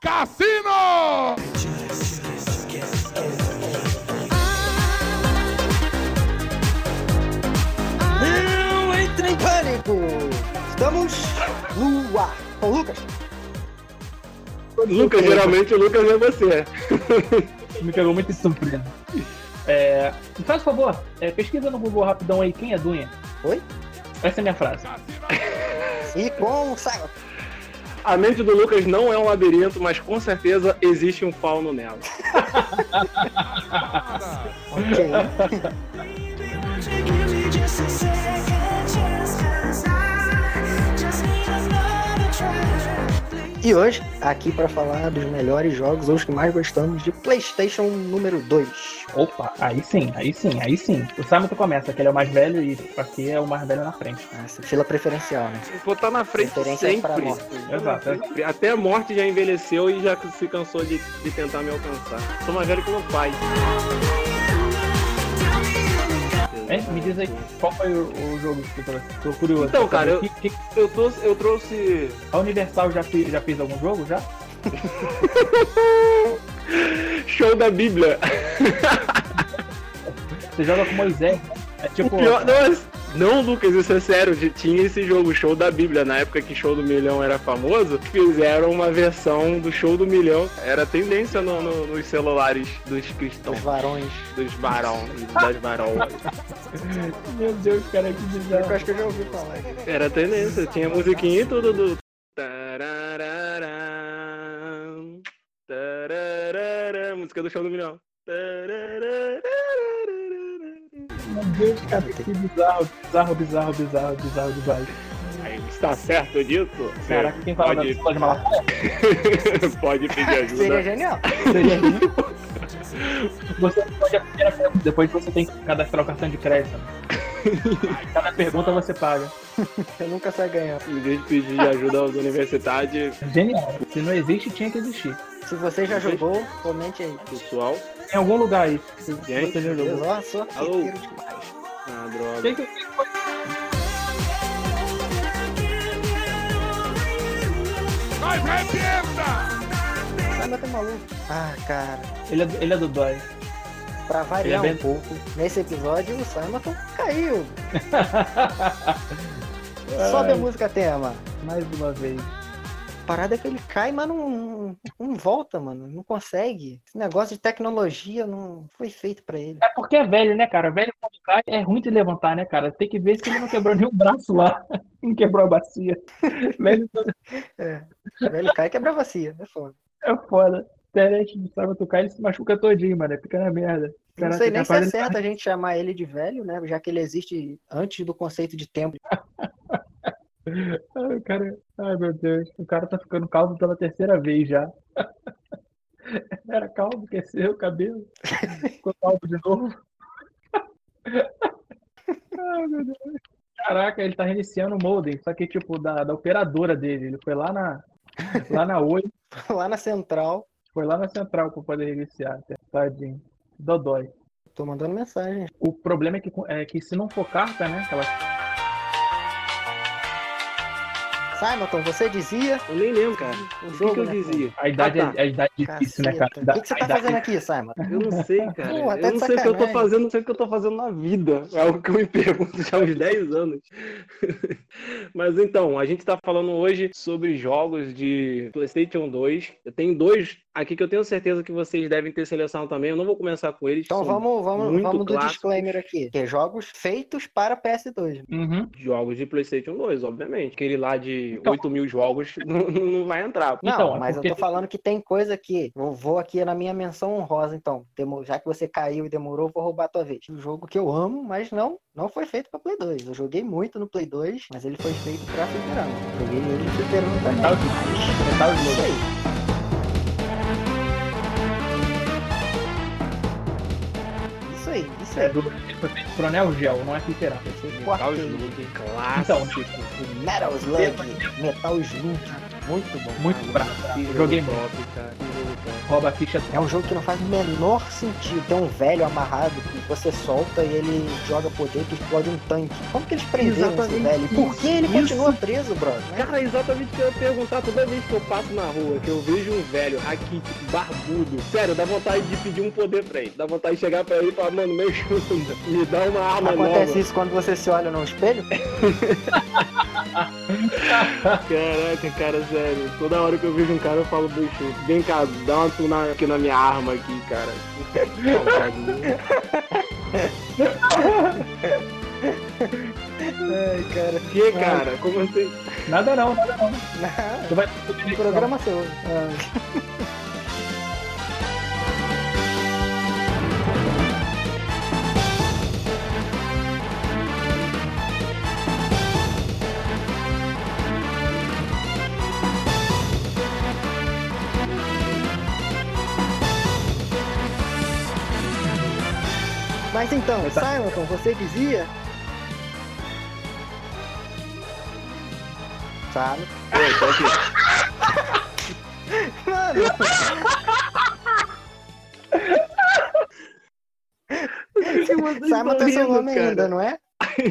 Cassino! Não entre em pânico! Estamos no ar com o Lucas. Lucas, geralmente o Lucas é você. Me pegou muito de surpresa. Me faz favor, pesquisa no Google rapidão aí quem é Dunha. Oi? Essa é a minha frase. E com o Simon. A mente do Lucas não é um labirinto, mas com certeza existe um fauno nela. Ok. E hoje, aqui para falar dos melhores jogos, ou os que mais gostamos, de PlayStation número 2. Opa, aí sim. O Simon começa, que ele é o mais velho e aqui é o mais velho na frente. Essa fila preferencial, né? Vou estar na frente Preferência para a sempre. morte. Exato. Até a morte já envelheceu e já se cansou de tentar me alcançar. Sou mais velho que meu pai. Me diz aí, qual foi o jogo que você tô curioso. Então, cara, Que eu trouxe... a Universal já fez algum jogo, já? Show da Bíblia. Você joga com Moisés, é tipo... O pior, não, Lucas, isso é sério. Tinha esse jogo, Show da Bíblia. Na época que Show do Milhão era famoso, fizeram uma versão do Show do Milhão. Era tendência nos celulares dos cristãos. Os varões. Dos barões, das varões. Meu Deus, cara, que bizarro. Eu acho que eu já ouvi falar. Era tendência, tinha musiquinha e tudo do... Música do Show do Milhão. Meu Deus, cara, que bizarro. Aí, está certo disso? Caraca, quem fala da escola de Malafaia? Pode pedir ajuda. Seria genial. Seria lindo. Você pode a primeira pergunta, depois você tem que cadastrar o cartão de crédito. Cada pergunta você paga. Eu nunca sai ganhando. Em vez de pedir ajuda aos universitários, Genial. Se não existe, tinha que existir. Se você já jogou, comente aí. pessoal. Em algum lugar aí. Se Gente, você já jogou. Beleza? Ó, sou Alô? arquiteiro demais. Ah, droga. Quem que foi? Nós arrebenta! Simon tá maluco. Ah, cara. Ele é do Dói. Pra variar Ele é um pouco, nesse episódio o Simon caiu. Sobe a música tema. Mais uma vez. A parada é que ele cai, mas não volta, mano. Não consegue. Esse negócio de tecnologia não foi feito pra ele. É porque é velho, né, cara? Velho quando cai é ruim de levantar, né, cara? Tem que ver se ele não quebrou nenhum braço lá. Não quebrou a bacia. Velho Ele cai e quebra a bacia. É foda. é foda. Internet não sabe tocar, ele se machuca todinho, mano. Fica na merda. Não sei nem se é certo a gente chamar ele de velho, né? Já que ele existe antes do conceito de tempo. Ai, cara. Ai, meu Deus. O cara tá ficando calvo pela terceira vez já. Era calvo, cresceu o cabelo. Ficou calvo de novo. Ai, meu Deus. Caraca, ele tá reiniciando o modem, só que tipo da operadora dele. Ele foi lá na Oi, Lá na central, foi lá na central pra poder reiniciar. Tadinho. Dodói. tô mandando mensagem. O problema é que se não for carta, né? Aquela... Simon, você dizia? Eu nem lembro, cara. O que eu né, dizia? A idade é difícil, né, cara? Caceta. O que você tá fazendo aqui, Simon? Eu não sei, cara. Pô, até Eu não de sei o que eu tô sacanagem. fazendo, não sei o que eu tô fazendo na vida. É algo que eu me pergunto já há uns 10 anos. Mas então, a gente tá falando hoje sobre jogos de PlayStation 2. Eu tenho dois aqui que eu tenho certeza que vocês devem ter selecionado também. Eu não vou começar com eles. Então são vamos muito do clássicos. disclaimer aqui. Que é jogos feitos para PS2. Uhum. Jogos de PlayStation 2, obviamente. Aquele lá de Então. 8 mil jogos não vai entrar. Não, Então, é mas eu porque- tô falando que tem coisa que... Eu vou aqui na minha menção honrosa, então. Já que você caiu e demorou, eu vou roubar a tua vez. Um jogo que eu amo, mas não foi feito pra Play 2. Eu joguei muito no Play 2, mas ele foi feito pra fliperama. Joguei ele no fliperama também. Metal Slug. Isso aí. Isso aí. Ele foi feito pro Neo Geo, não é fliperama. Esse é o Metal quarteto. Slug, clássico. Então, Metal Slug. Metal Slug. Muito bom. muito bravo. Que Joguei jogo muito. top, cara. Que jogo rouba a ficha. É um jogo que não faz o menor sentido. Tem um velho amarrado que você solta e ele joga poder que explode um tanque. Como que eles prenderam esse Exatamente velho? E por que ele isso. continua preso, brother? Né? Cara, exatamente o que eu ia perguntar toda vez que eu passo na rua, que eu vejo um velho raquítico, barbudo. Sério, dá vontade de pedir um poder pra ele. Dá vontade de chegar pra ele e falar, mano, me ajuda, me dá uma arma Acontece nova. isso quando você se olha no espelho? Caraca, cara, sério. Toda hora que eu vejo um cara, eu falo, bicho, vem cá, dá uma tuna aqui na minha arma aqui, cara. Ai, cara. Que, cara? Como assim? Nada não. Tu vai Programa seu. Mas então, Simonton, você dizia? Sabe? Oi, tô aqui. Mano! Simon tem seu nome ainda, não é?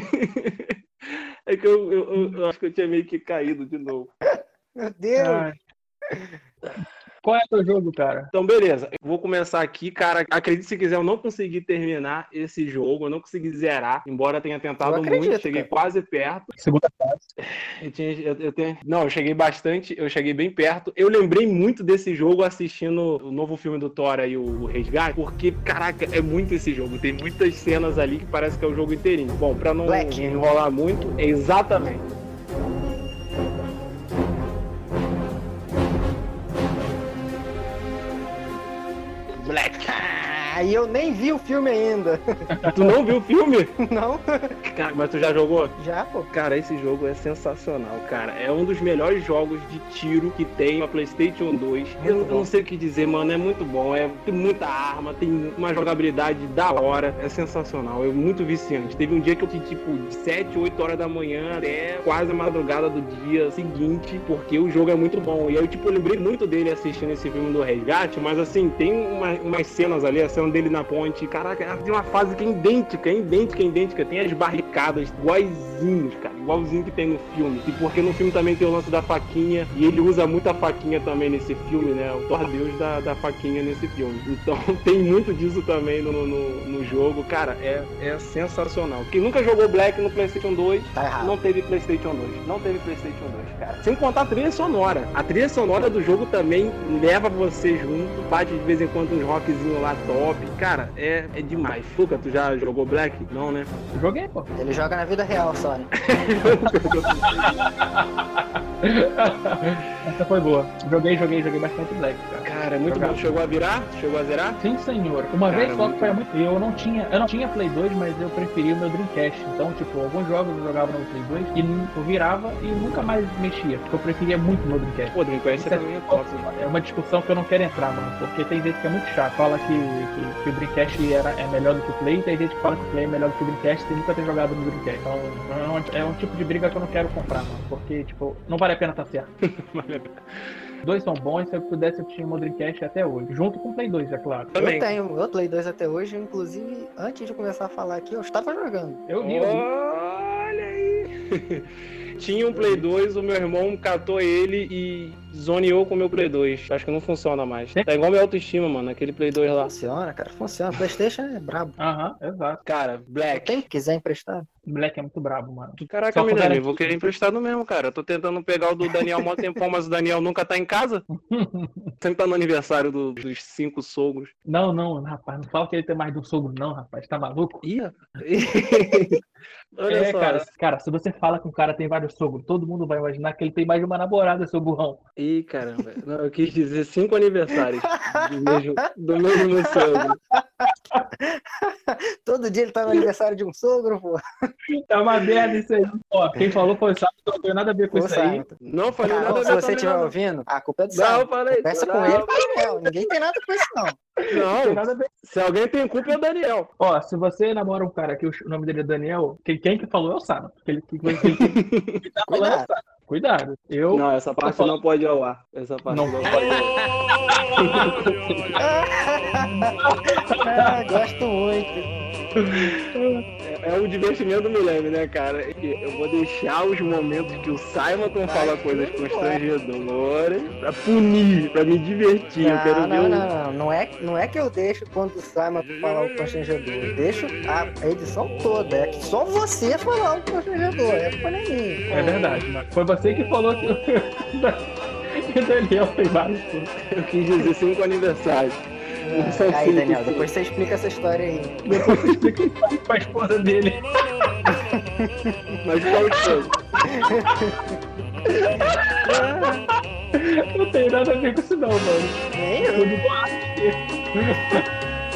É que eu acho que eu tinha meio que caído de novo. Meu Deus! Ai. Qual é o teu jogo, cara? Então, beleza. Eu vou começar aqui, cara. Acredite se quiser, eu não consegui terminar esse jogo. Eu não consegui zerar, embora tenha tentado muito. Cheguei quase perto. Segunda fase. Não, eu cheguei bastante. Eu cheguei bem perto. Eu lembrei muito desse jogo assistindo o novo filme do Thor aí, o Resgate, porque, caraca, é muito esse jogo. Tem muitas cenas ali que parece que é o jogo inteirinho. Bom, pra não enrolar muito, é exatamente. Black. E eu nem vi o filme ainda. Tu não viu o filme? Não. Cara, mas tu já jogou? Já, pô. Cara, esse jogo é sensacional, cara. É um dos melhores jogos de tiro que tem na PlayStation 2. Eu não sei o que dizer, mano. É muito bom. Tem muita arma, tem uma jogabilidade da hora. É sensacional. É muito viciante. Teve um dia que eu fiquei, tipo, de 7, 8 horas da manhã até quase a madrugada do dia seguinte, porque o jogo é muito bom. E aí, tipo, eu lembrei muito dele assistindo esse filme do Resgate, mas, assim, tem umas cenas ali, a cena dele na ponte. Caraca, tem uma fase que é idêntica. Tem as barricadas iguaizinhos, cara. Igualzinho que tem no filme. E porque no filme também tem o lance da faquinha. E ele usa muita faquinha também nesse filme, né? O Thor Deus da faquinha nesse filme. Então tem muito disso também no jogo. Cara, é sensacional. Quem nunca jogou Black no PlayStation 2, tá errado. Não teve PlayStation 2. Não teve PlayStation 2, cara. Sem contar a trilha sonora. A trilha sonora do jogo também leva você junto. Bate de vez em quando uns rockzinhos lá top. Cara, é demais. Luca, tu já jogou Black? Não, né? Joguei, pô. Ele joga na vida real, só, né? Essa foi boa. Joguei bastante Black, cara. Cara, é muito bom. Chegou a virar? Chegou a zerar? Sim, senhor. Uma vez só que foi muito. Eu não tinha Play 2, mas eu preferia o meu Dreamcast. Então, tipo, alguns jogos eu jogava no Play 2 e eu virava e nunca mais mexia. Porque eu preferia muito o meu Dreamcast. Pô, Dreamcast também é top. É uma discussão que eu não quero entrar, mano. Porque tem gente que é muito chato. Fala que o Dreamcast é melhor do que o Play, e tem gente que fala que o Play é melhor do que o Dreamcast e nunca ter jogado no Dreamcast. Então, é um tipo de briga que eu não quero comprar, mano. Porque, tipo, não vale a pena estar certo. Os dois são bons, se eu pudesse eu tinha um Dreamcast até hoje. Junto com o Play 2, é claro. Eu tenho o meu Play 2 até hoje, inclusive, antes de começar a falar aqui, eu estava jogando. Eu vi. Olha aí! Tinha um Play 2, o meu irmão catou ele e zoneou com o meu Play 2. Acho que não funciona mais. Tá igual minha autoestima, mano, aquele Play 2 lá. Funciona, cara, funciona. PlayStation é brabo. Aham, exato. Cara, Black. Quem quiser emprestar. Black é muito brabo, mano. Caraca, Milene, eu vou querer emprestado mesmo, cara. Eu tô tentando pegar o do Daniel há mó tempão, mas o Daniel nunca tá em casa. Sempre tá no aniversário dos 5 sogros. Não, rapaz, não fala que ele tem mais de um sogro, não, rapaz. Tá maluco? Ih, olha só. Cara, se você fala que um cara tem vários sogros, todo mundo vai imaginar que ele tem mais de uma namorada, seu burrão. Ih, caramba. Não, eu quis dizer 5 aniversários do mesmo sogro. Todo dia ele tá no aniversário de um sogro, pô. É uma merda isso aí. Ó, quem falou foi o Sábio, não tem nada a ver com isso aí. Não falei Cara, nada a ver se com você estiver ouvindo, a culpa é do Não, Sábio. eu falei. Conversa com ele, Daniel. Ninguém tem nada com isso, não. Não, se alguém tem culpa é o Daniel. Ó, se você namora um cara que o nome dele é Daniel, quem que falou é o Sábio. Cuidado. Não, essa parte não pode ao ar. Essa parte não pode ao ar. Gosto muito. É o divertimento do milênio, né, cara? Eu vou deixar os momentos que o Simonton fala coisas constrangedoras pra punir, pra me divertir. Eu quero ver Não é que eu deixo quando o Simon falar o constrangedor. Eu deixo a edição toda. É que só você falar o constrangedor. É culpa nem minha. É verdade, mas foi você que falou que o Daniel tem vários pontos. Eu quis dizer 5 aniversários. Aí, Daniel, depois você explica essa história aí. Depois você explica pra esposa dele. Mas qual esposa? Não tem nada a ver com isso não, mano. Nem eu. Tudo bom.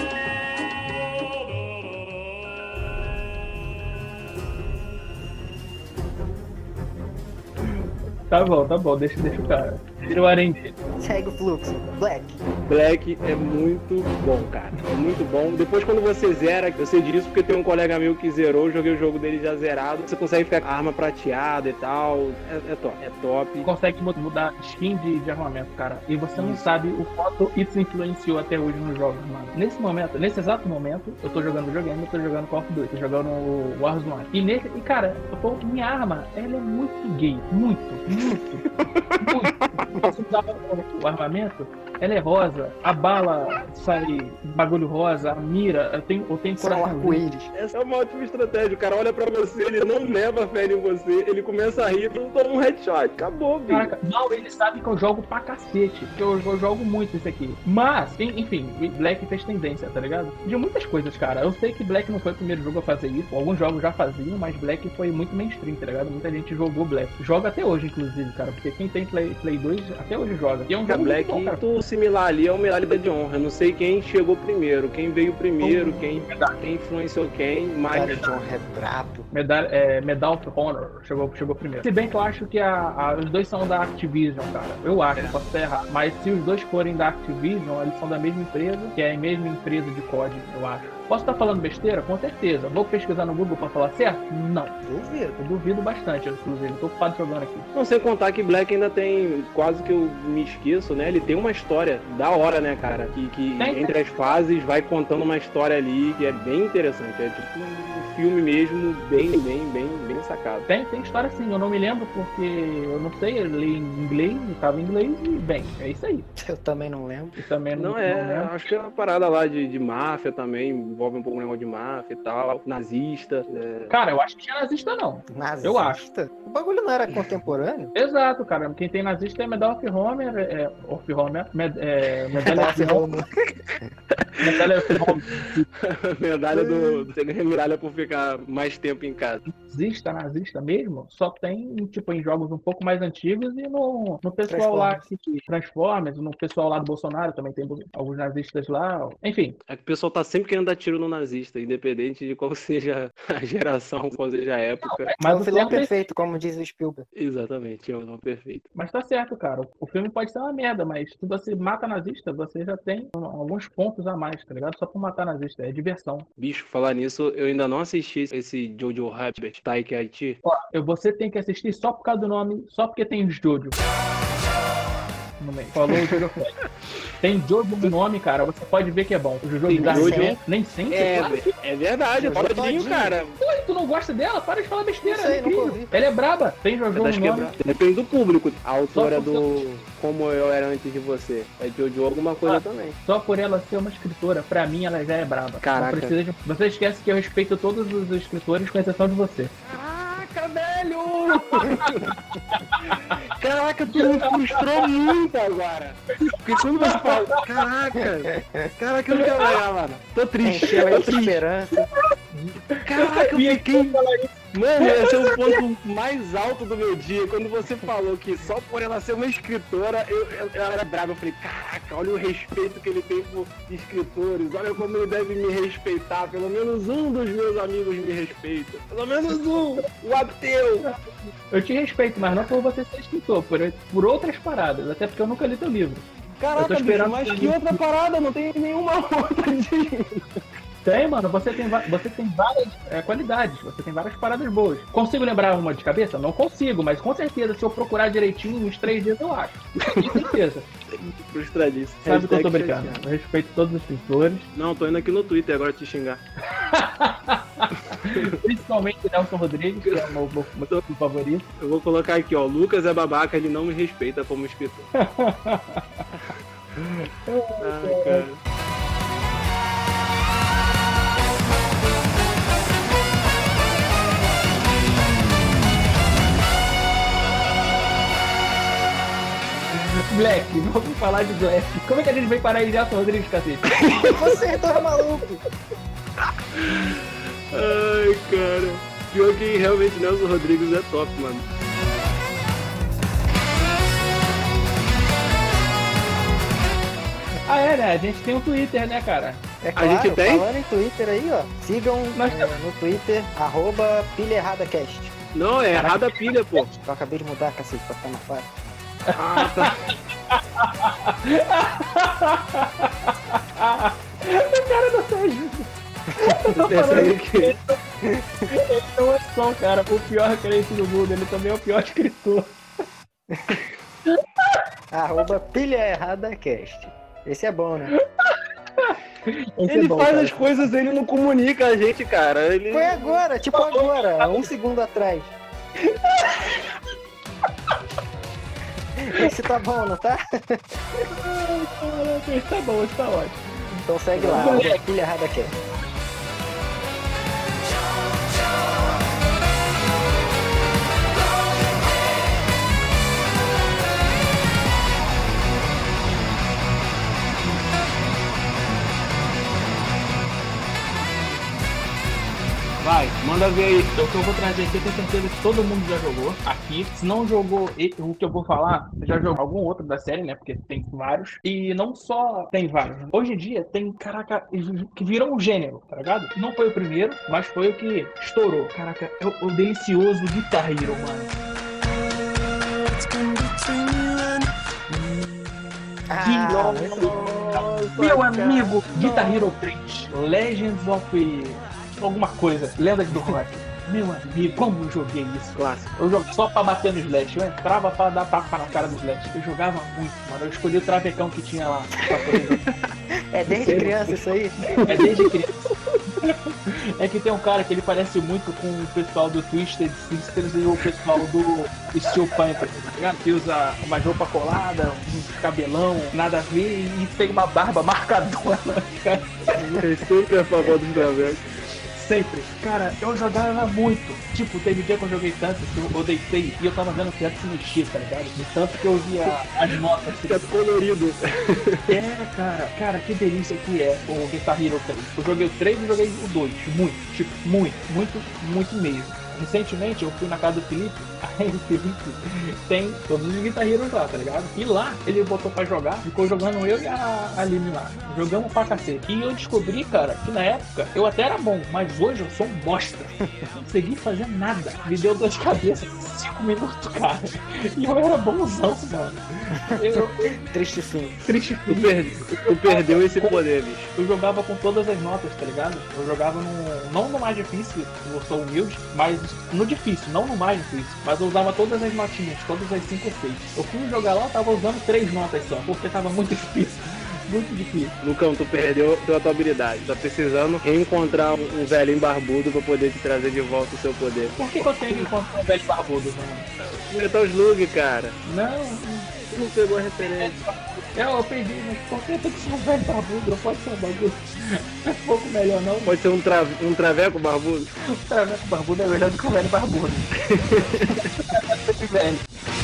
Tá bom, deixa o cara. Tira o arengue dele. Segue o fluxo. Black. Black é muito bom, cara. É muito bom. Depois, quando você zera, eu sei disso porque tem um colega meu que zerou, joguei o jogo dele já zerado. Você consegue ficar com a arma prateada e tal. É top. É top. Consegue mudar skin de armamento, cara. E você não sabe o quanto isso influenciou até hoje nos jogos, mano. Nesse exato momento, eu tô jogando videogame, eu tô jogando Call of Duty, tô jogando Warzone. E cara, minha arma, ela é muito gay. Muito. Posso usar o armamento, ela é rosa, a bala sai bagulho rosa, a mira, eu tenho coração arco-íris. Essa é uma ótima estratégia. O cara olha pra você, ele não leva fé em você, ele começa a rir, tu toma um headshot. Acabou, bicho. Caraca, mal ele sabe que eu jogo pra cacete, que eu jogo muito isso aqui. Mas, enfim, Black fez tendência, tá ligado? De muitas coisas, cara. Eu sei que Black não foi o primeiro jogo a fazer isso, alguns jogos já faziam, mas Black foi muito mainstream, tá ligado? Muita gente jogou Black. Joga até hoje, inclusive, cara, porque quem tem Play 2 até hoje joga. E é um jogo Black, muito bom, cara. muito similar ali é o Medalha de Honra. Eu não sei quem chegou primeiro, quem veio primeiro, quem influenciou quem, mas... Medalha de Honra é brabo. Medal of Honor chegou primeiro. Se bem que eu acho que os dois são da Activision, cara. Eu acho, posso estar errado. Mas se os dois forem da Activision, eles são da mesma empresa, que é a mesma empresa de código, eu acho. Posso estar falando besteira? Com certeza. Vou pesquisar no Google pra falar certo? Não. Eu duvido bastante, inclusive. Tô ocupado jogando aqui. Não sei contar que Black ainda tem, quase que eu me esqueço, né? Ele tem uma história da hora, né, cara? Que entre as fases vai contando uma história ali que é bem interessante. É tipo um filme mesmo, bem sacado. Tem história sim. Eu não me lembro porque eu não sei. Eu li em inglês, tava em inglês e, bem, é isso aí. Eu também não lembro. Não lembro. Acho que é uma parada lá de máfia também, envolve um pouco o negócio de máfia e tal, nazista. Cara, eu acho que tinha nazista não. Nazista? Eu acho. O bagulho não era contemporâneo? Exato, cara. Quem tem nazista é Medal of Honor, Medalha of Honor. Medalha of Honor. Medalha do medalha por ficar mais tempo em casa. Nazista mesmo, só tem tipo em jogos um pouco mais antigos e no pessoal lá que Transformers, no pessoal lá do Bolsonaro também tem alguns nazistas lá, enfim. É que o pessoal tá sempre querendo dar tiro no nazista, independente de qual seja a geração, qual seja a época. Mas o filme é perfeito, como diz o Spielberg. Exatamente, é o filme perfeito. Mas tá certo, cara. O filme pode ser uma merda, mas se você mata nazista, você já tem alguns pontos a mais, tá ligado? Só por matar nazista, é diversão. Bicho, falar nisso, eu ainda não assisti esse Jojo Rabbit, Taika Waititi. Ó, você tem que assistir só por causa do nome, só porque tem Jojo no meio. Falou o Jojo Rabbit. Tem Jojo no nome, cara, você pode ver que é bom. O Jojo nem sente. É verdade, é todinho, cara. Pô, tu não gosta dela? Para de falar besteira, é incrível. Ela é braba, tem Jojo no nome. Depende do público. A autora do Como Eu Era Antes de Você. É Jojo alguma coisa também. Só por ela ser uma escritora, pra mim ela já é braba. Caraca. Você esquece que eu respeito todos os escritores, com exceção de você. Caraca, velho! Caraca, tu me frustrou muito agora. Porque quando você fala, caraca, eu não quero ganhar, mano. Tô triste. Encheu essa esperança. Caraca, eu fiquei... Mano, esse é o ponto mais alto do meu dia. Quando você falou que só por ela ser uma escritora, ela era brava. Eu falei, caraca, olha o respeito que ele tem por escritores. Olha como ele deve me respeitar. Pelo menos um dos meus amigos me respeita. Pelo menos um, o ateu. Eu te respeito, mas não por você ser escritor, por outras paradas. Até porque eu nunca li teu livro. Caraca, bicho, mas que outra parada? Não tem nenhuma outra de... Tem, mano. Você tem várias qualidades. Você tem várias paradas boas. Consigo lembrar uma de cabeça? Não consigo, mas com certeza, se eu procurar direitinho, uns 3 dias eu acho. Com certeza. Frustradíssimo. Sabe que eu tô Hashtag brincando. chateado. Eu respeito todos os pintores. Não, tô indo aqui no Twitter agora te xingar. Principalmente Nelson Rodrigues, que é o meu favorito. Eu vou colocar aqui, ó. Lucas é babaca, ele não me respeita como escritor. Cara. Black, vamos falar de Black. Como é que a gente vem parar aí, Nelson Rodrigues, cacete? Você tá maluco? Ai, cara. Pior que realmente Nelson Rodrigues é top, mano. Ah, é, né? A gente tem um Twitter, né, cara? É claro, gente tem? falando em Twitter aí, ó. Sigam Nós no Twitter, @pilhaerradacast. Não, é errada a pilha, pô. Eu acabei de mudar, cacete, pra ficar mais fácil. Ah, tá. O cara não tá ajuda. Essa aí que... Ele não é só, cara, o pior crente do mundo, ele também é o pior escritor. @pilhaerradacast. Esse é bom, né? Ele faz as coisas, ele não comunica a gente, cara. Ele... Foi agora, tipo agora, 1 segundo atrás. Esse tá bom, não tá? Ai, caraca, esse tá bom, esse tá ótimo. Então segue lá, @pilhaerradacast. Vai, manda ver aí. Então, o que eu vou trazer aqui, eu tenho certeza que todo mundo já jogou aqui. Se não jogou o que eu vou falar, já jogou algum outro da série, né? Porque tem vários. E não só tem vários. Hoje em dia tem, caraca, que virou um gênero, tá ligado? Não foi o primeiro, mas foi o que estourou. Caraca, é o delicioso Guitar Hero, mano. Meu amigo, Guitar Hero 3, Legends of alguma coisa, Lendas do Rock. Meu amigo, como eu joguei isso? Clássico. Eu joguei só pra bater no Slash. Eu entrava pra dar tapa na cara do Slash. Eu jogava muito, mano. Eu escolhi o travecão que tinha lá pra poder jogar. É desde criança isso aí? É desde criança. É que tem um cara que ele parece muito com o pessoal do Twisted Sisters e o pessoal do Steel Panther, tá ligado? Que usa uma roupa colada, um cabelão, nada a ver, e tem uma barba marcadona. Cara. Eu sempre a favor dos travecos. Sempre. Cara, eu jogava muito. Tipo, teve dia que eu joguei tanto que eu deitei e eu tava vendo o teto se mexer, tá ligado? De tanto que eu via as notas. Teto colorido. É, cara. Cara, que delícia que é o Guitar Hero 3. Eu joguei o 3 e joguei o 2. Muito. Tipo, muito mesmo. Recentemente eu fui na casa do Felipe, aí o Felipe tem todos os Guitar Heroes lá, tá ligado? E lá ele botou pra jogar, ficou jogando eu e a Aline lá. Jogamos pra cacete. E eu descobri, cara, que na época eu até era bom, mas hoje eu sou um bosta. Não consegui fazer nada. Me deu dor de cabeça 5 minutos, cara. E eu era bonzão, mano. Triste fim. Triste fim. Tu perdeu esse poder, bicho. Eu jogava com todas as notas, tá ligado? Eu jogava não no mais difícil, eu sou humilde, mas no difícil, não no mais difícil. Mas eu usava todas as notinhas, todas as 5 ou 6. Eu fui jogar lá, eu tava usando 3 notas só, porque tava muito difícil. Muito difícil. Lucão, tu perdeu a tua habilidade. Tá precisando reencontrar um velhinho barbudo pra poder te trazer de volta o seu poder. Por que eu tenho que encontrar um velho barbudo, mano? Metal Slug, cara. Não, Tu não pegou a referência. eu perdi, mas por que tem que ser um velho barbudo? Não pode ser um bagulho. É um pouco melhor, não. Pode ser um traveco barbudo? O traveco barbudo é melhor do que o velho barbudo. Sempre velho.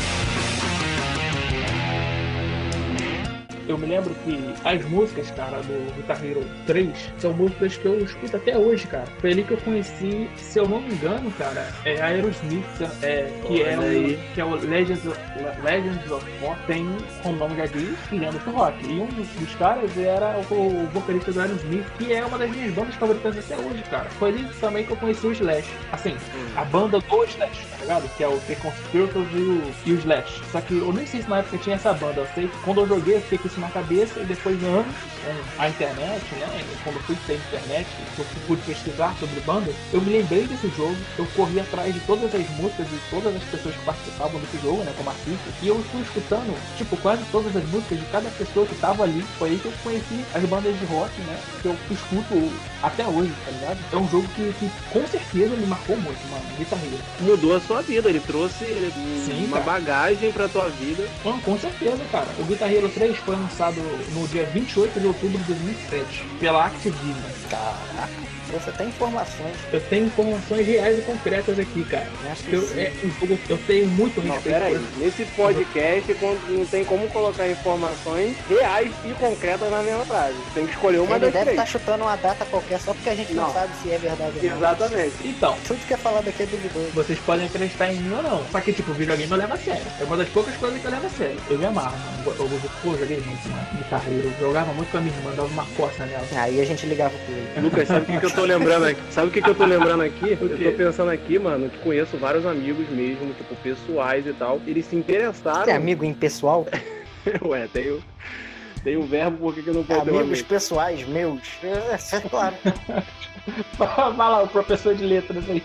Eu me lembro que as músicas, cara, do Guitar Hero 3 são músicas que eu escuto até hoje, cara. Foi ali que eu conheci, se eu não me engano, cara, é Aerosmith, que é o Legends of War, tem, como o nome já diz, Lendas do Rock. E um dos caras era o vocalista do Aerosmith, que é uma das minhas bandas favoritas até hoje, cara. Foi ali também que eu conheci o Slash. Assim, a banda do Slash, tá ligado? Que é o The Conspirators e o Slash. Só que eu nem sei se na época tinha essa banda. Eu sei que quando eu joguei, eu fiquei com esse na cabeça e depois anos com a internet, né? Quando eu fui ter internet, eu pude pesquisar sobre bandas, eu me lembrei desse jogo, eu corri atrás de todas as músicas e todas as pessoas que participavam desse jogo, né? Como artistas, e eu fui escutando, tipo, quase todas as músicas de cada pessoa que tava ali. Foi aí que eu conheci as bandas de rock, né? Que eu escuto até hoje, tá ligado? É um jogo que com certeza me marcou muito, mano. Guitar Hero. Mudou a sua vida, ele trouxe Sim, uma cara. bagagem pra tua vida. Não, com certeza, cara. O Guitar Hero 3 foi lançado no dia 28 de outubro de 2007 pela Activision. Caraca, você tem informações. Eu tenho informações reais e concretas aqui, cara. Eu tenho muito Não, respeito peraí, por nesse podcast não tem como colocar informações reais e concretas na mesma frase. Tem que escolher uma Ele das deve três. estar chutando uma data qualquer só porque a gente não Não. sabe se é verdade ou não. Exatamente. Então, Tudo que é falado aqui é duvidoso. vocês podem acreditar em mim ou não. Só que, tipo, videogame eu levo a sério. É uma das poucas coisas que eu levo a sério. Eu me amarro, mano. Eu joguei muito, mano. Guitar Hero. Eu jogava muito com a minha irmã, dava uma coça nela. Aí a gente ligava pro ele. Lucas, sabe o que eu tô lembrando aqui? Sabe o que eu tô lembrando aqui? Eu tô pensando aqui, mano, que conheço vários amigos mesmo, tipo, pessoais e tal. Eles se interessaram. Tem amigo impessoal? Ué, tem o verbo, por que eu não posso ter um Amigos amigo? pessoais meus? É claro. Vai lá, o professor de letras aí.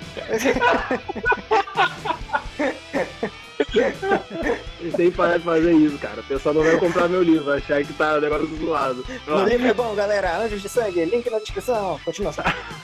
Eles têm que parar de fazer isso, cara. O pessoal não vai comprar meu livro, vai achar que tá o negócio do lado. O livro é bom, galera. Anjos de Sangue, link na descrição. Continuação.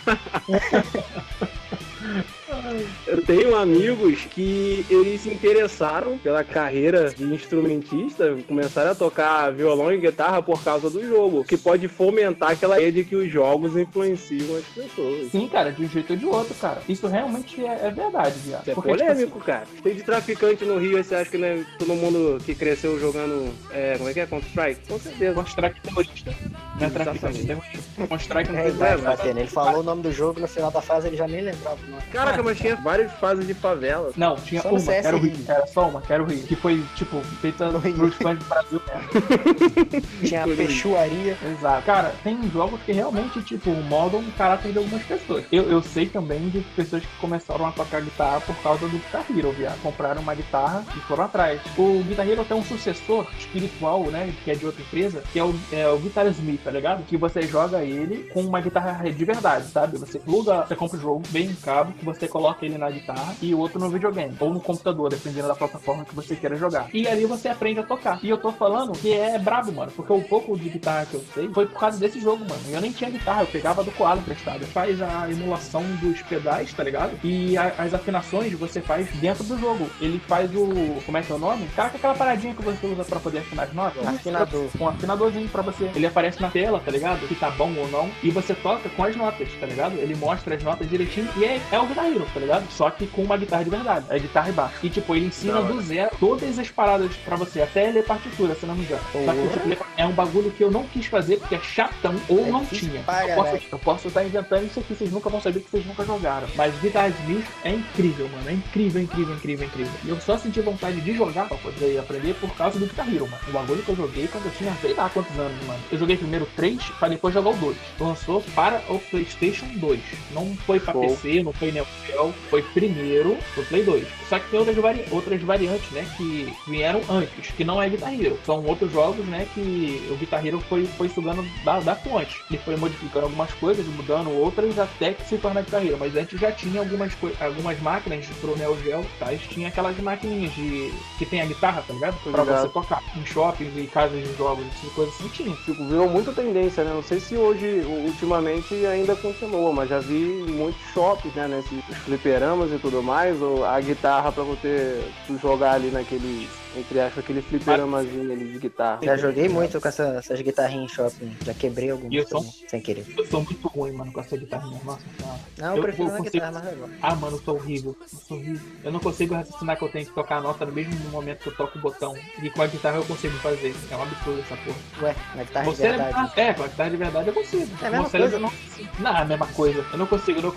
Eu tenho amigos que eles se interessaram pela carreira de instrumentista, começaram a tocar violão e guitarra por causa do jogo, que pode fomentar aquela ideia de que os jogos influenciam as pessoas. Sim, cara, de um jeito ou de outro, cara. Isso realmente é verdade, viado. Isso é Porque, polêmico, cara. Tem de traficante no Rio, aí você acha que né, todo mundo que cresceu jogando, como é que é? Counter-Strike? Com certeza. Counter-Strike terrorista. Não é traficante, terrorista. Counter-Strike não É tem idade, Batena. Ele falou o nome do jogo, no final da fase ele já nem lembrava o nome. Caraca, mas tinha várias fases de favela. Não, tinha Só no uma, CS era o Rio. Rio. Era só uma, que era o Rio. Que foi, tipo, feita No Rio. pros fãs do Brasil mesmo. Tinha a fechuaria. Exato. Cara, tem jogos que realmente, tipo, moldam o caráter de algumas pessoas. Eu sei também de pessoas que começaram a tocar guitarra por causa do Guitar Hero, viado. Compraram uma guitarra e foram atrás. O Guitar Hero tem um sucessor espiritual, né, que é de outra empresa, que é o Guitar Smith, tá ligado? Que você joga ele com uma guitarra de verdade, sabe? Você pluga, você compra o jogo, vem um cabo, que você coloca ele na guitarra e o outro no videogame, ou no computador, dependendo da plataforma que você queira jogar. E ali você aprende a tocar. E eu tô falando que é brabo, mano, porque o pouco de guitarra que eu sei foi por causa desse jogo, mano. Eu nem tinha guitarra, eu pegava do Koala emprestado. Faz a emulação dos pedais, tá ligado? E as afinações você faz dentro do jogo. Ele faz como é que é o nome? Caraca, aquela paradinha que você usa pra poder afinar as notas. Afinador. Um afinadorzinho pra você. Ele aparece na tela, tá ligado? Se tá bom ou não. E você toca com as notas, tá ligado? Ele mostra as notas direitinho e é o Guitar Hero, tá ligado? Só que com uma guitarra de verdade. É guitarra e baixo. E tipo, ele ensina do zero todas as paradas pra você, até ler partitura, se não me engano. Só que tipo, é um bagulho que eu não quis fazer porque é chatão ou não difícil tinha. pra Eu posso estar inventando isso aqui, vocês nunca vão saber que vocês nunca jogaram. Mas Guitar Smith é incrível, mano. É incrível, incrível, incrível, incrível. E eu só senti vontade de jogar pra poder aprender por causa do Guitar Hero, mano. O bagulho que eu joguei quando eu tinha, sei lá quantos anos, mano. Eu joguei primeiro 3 pra depois jogar o 2. Lançou para o PlayStation 2. Não foi pra PC, não foi Neo Geo, foi primeiro pro Play 2. Só que tem outras variantes, né, que vieram antes, que não é Guitar Hero. São outros jogos, né, que o Guitar Hero foi sugando da fonte. Ele foi modificando algumas coisas, mudando outras, até que se torna Guitar Hero. Mas antes já tinha algumas máquinas pro Neo Geo, tá? Tinha aquelas maquininhas que tem a guitarra, tá ligado? Pra você tocar. Em shoppings e casas de jogos, essas coisas assim tinha. Tipo, virou muita tendência, né? Não sei se hoje, ultimamente, ainda continua, mas já vi muitos shoppings, né? Nesses fliperamas e tudo mais, ou a guitarra pra você jogar ali naquele, entre aspas, aquele fliperamazinho ali de guitarra. Já joguei muito com essas guitarrinhas em shopping. Já quebrei algumas também, sem querer. Eu sou muito ruim, mano, com essa guitarrinha. Nossa senhora. Não, eu prefiro uma guitarra mais legal. Ah, mano, eu sou horrível. Eu não consigo raciocinar que eu tenho que tocar a nota no mesmo momento que eu toco o botão. E com a guitarra eu consigo fazer. É um absurdo essa porra. Ué, na guitarra de Você verdade. com a guitarra de verdade eu consigo. É a mesma Você coisa. Não, é a mesma coisa. Eu não consigo. Eu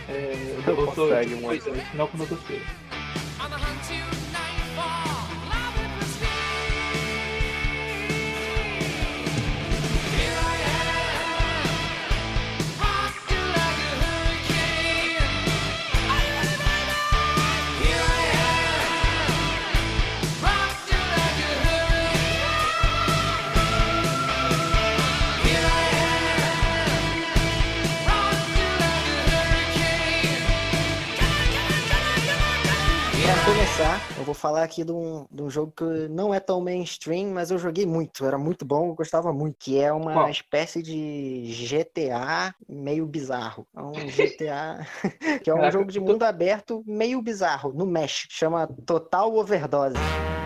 sou consegue, tipo, coisa, não quando eu consigo. On the hunt to nightfall, love it was me. Here I am, rocking like a hurricane. Are you ready, baby? Here I am, rocking like a hurricane. começar, eu vou falar aqui de um jogo que não é tão mainstream, mas eu joguei muito, era muito bom, eu gostava muito, que é uma Qual? espécie de GTA meio bizarro. É um GTA que é um Caraca, jogo de mundo aberto meio bizarro, no Mesh, chama Total Overdose.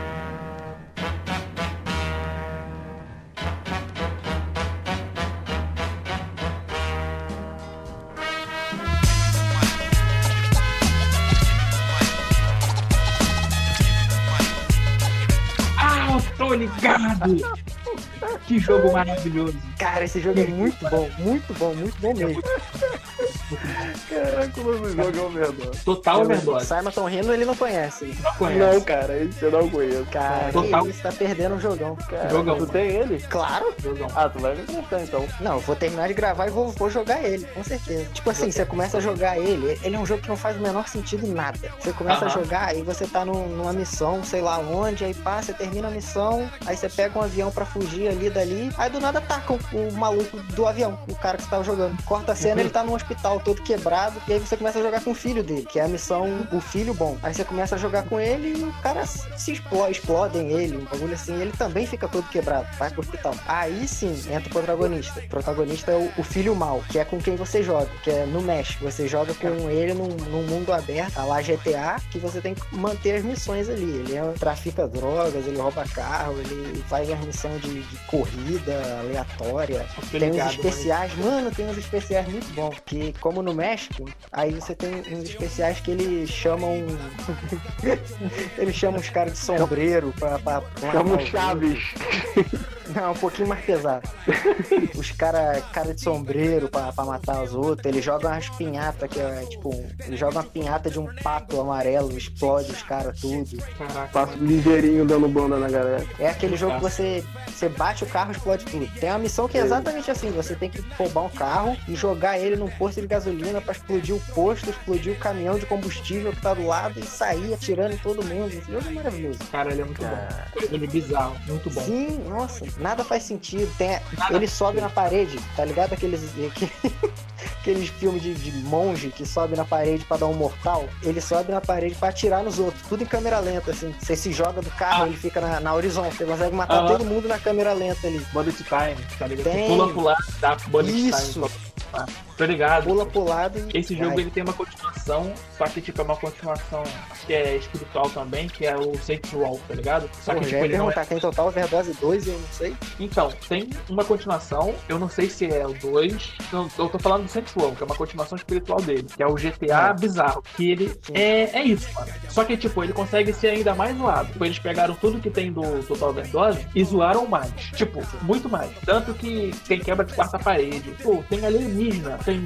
Ah, eu tô ligado! Que jogo maravilhoso. Cara, esse jogo é muito bom mesmo. Caraca, o nome do jogo é Overdose. Total overdose. Simon Tom Reno ele não conhece. Não conhece. Não, cara, esse eu não conheço. Cara, Total. você tá perdendo um jogão. Cara, Jogão. tu tem ele? Claro. Jogão. Ah, tu vai me emprestar então. Não, eu vou terminar de gravar e vou jogar ele, com certeza. Tipo assim, você começa a jogar ele é um jogo que não faz o menor sentido em nada. Você começa a jogar e você tá numa missão, sei lá onde, aí pá, você termina a missão, aí você pega um avião pra fugir ali dali, aí do nada atacam o maluco do avião, o cara que você tava jogando. Corta a cena, ele tá num hospital todo quebrado, e aí você começa a jogar com o filho dele, que é a missão O Filho Bom. Aí você começa a jogar com ele e o cara se explodem ele, um bagulho assim, ele também fica todo quebrado, vai pro hospital. Aí sim, entra o protagonista. O protagonista é o filho mau, que é com quem você joga, que é no Mesh. Você joga com ele num mundo aberto, a lá GTA, que você tem que manter as missões ali. Ele trafica drogas, ele rouba carro, ele faz as missões de corrida aleatória. Tem uns especiais, mano, tem uns especiais muito bons, que como no México, aí você tem uns especiais que eles chamam eles chamam os caras de sombreiro pra Chama o Chaves. Não, um pouquinho mais pesado. Os cara de sombreiro pra matar os outros, eles jogam umas pinhatas que é tipo, eles jogam uma pinhata de um pato amarelo, explode os caras tudo. Caraca. Passo ligeirinho dando banda na galera. É aquele jogo que você bate o carro e explode tudo. Tem uma missão que é exatamente assim, você tem que roubar um carro e jogar ele num posto de gasolina pra explodir o posto, explodir o caminhão de combustível que tá do lado e sair atirando em todo mundo. Esse jogo é maravilhoso. Cara, ele é muito bom. Ele é bizarro, muito bom. Sim, nossa, nada faz sentido. Nada ele sobe na parede, tá ligado? Aqueles filmes de monge que sobe na parede pra dar um mortal. Ele sobe na parede pra atirar nos outros, tudo em câmera lenta, assim. Você se joga do carro, ele fica na horizontal. Você consegue matar todo mundo na câmera lenta ali. Bullet time, tá ligado? Tem. Você pula pro lado, dá bullet Isso. time. Tô ligado. Pula pro lado e Esse jogo vai. ele tem uma continuação, só que tipo é uma continuação que é espiritual também, que é o Saints Row, tá ligado? Só que Pô, tipo já ia ele não é... perguntar, tem Total Overdose 2 e eu não sei. Então, tem uma continuação, eu não sei se é o 2, eu tô falando do Saints Row, que é uma continuação espiritual dele, que é o GTA bizarro, que ele é isso, mano. Só que tipo, ele consegue ser ainda mais zoado. Tipo, eles pegaram tudo que tem do Total Overdose e zoaram mais. Tipo, muito mais. Tanto que tem quebra de quarta parede, pô, tem alienígena, tem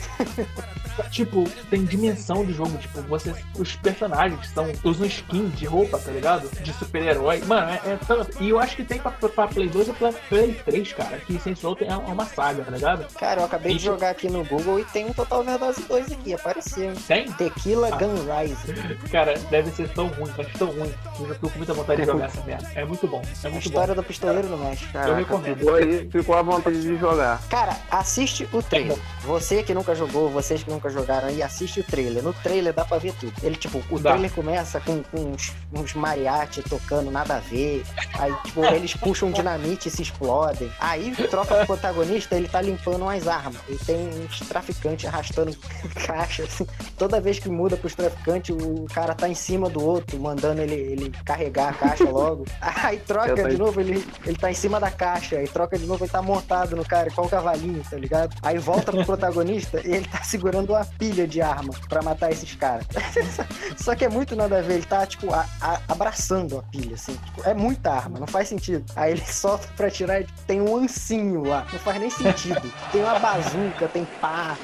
tipo, tem dimensão de jogo, tipo, os personagens usam skin de roupa, tá ligado? De super-herói. Mano, é tanto. E eu acho que tem pra Play 2 e pra Play 3, cara, que Saints Row é uma saga, tá ligado? Cara, eu acabei de jogar aqui no Google e tem um Total Overdose 2 aqui, apareceu. Hein? Tem? Tequila Gun Rising. Cara, deve ser tão ruim, mas tão ruim. Eu já tô com muita vontade de jogar essa merda. É muito bom, é A muito história bom. do pistoleiro do México. Eu recomendo. Ficou aí, ficou à vontade de jogar. Cara, assiste o trailer. Você que nunca jogou, vocês que nunca jogaram aí, assiste o trailer. No trailer dá pra ver tudo. Ele, tipo, o trailer começa com uns mariachi tocando nada a ver. Aí, tipo, eles puxam dinamite e se explodem. Aí troca pro protagonista, ele tá limpando umas armas. E tem uns traficantes arrastando caixa, assim. Toda vez que muda pros traficantes, o cara tá em cima do outro, mandando ele carregar a caixa logo. Aí troca de novo, ele tá em cima da caixa. Aí troca de novo, ele tá montado no cara, igual um cavalinho, tá ligado? Aí volta pro protagonista e ele tá segurando uma pilha de arma pra matar esses caras. Só que é muito nada a ver, ele tá, tipo, abraçando a pilha, assim. Tipo, é muita arma, não faz sentido. Aí ele solta pra tirar e tem um ancinho lá. Não faz nem sentido. Tem uma bazuca, tem pá.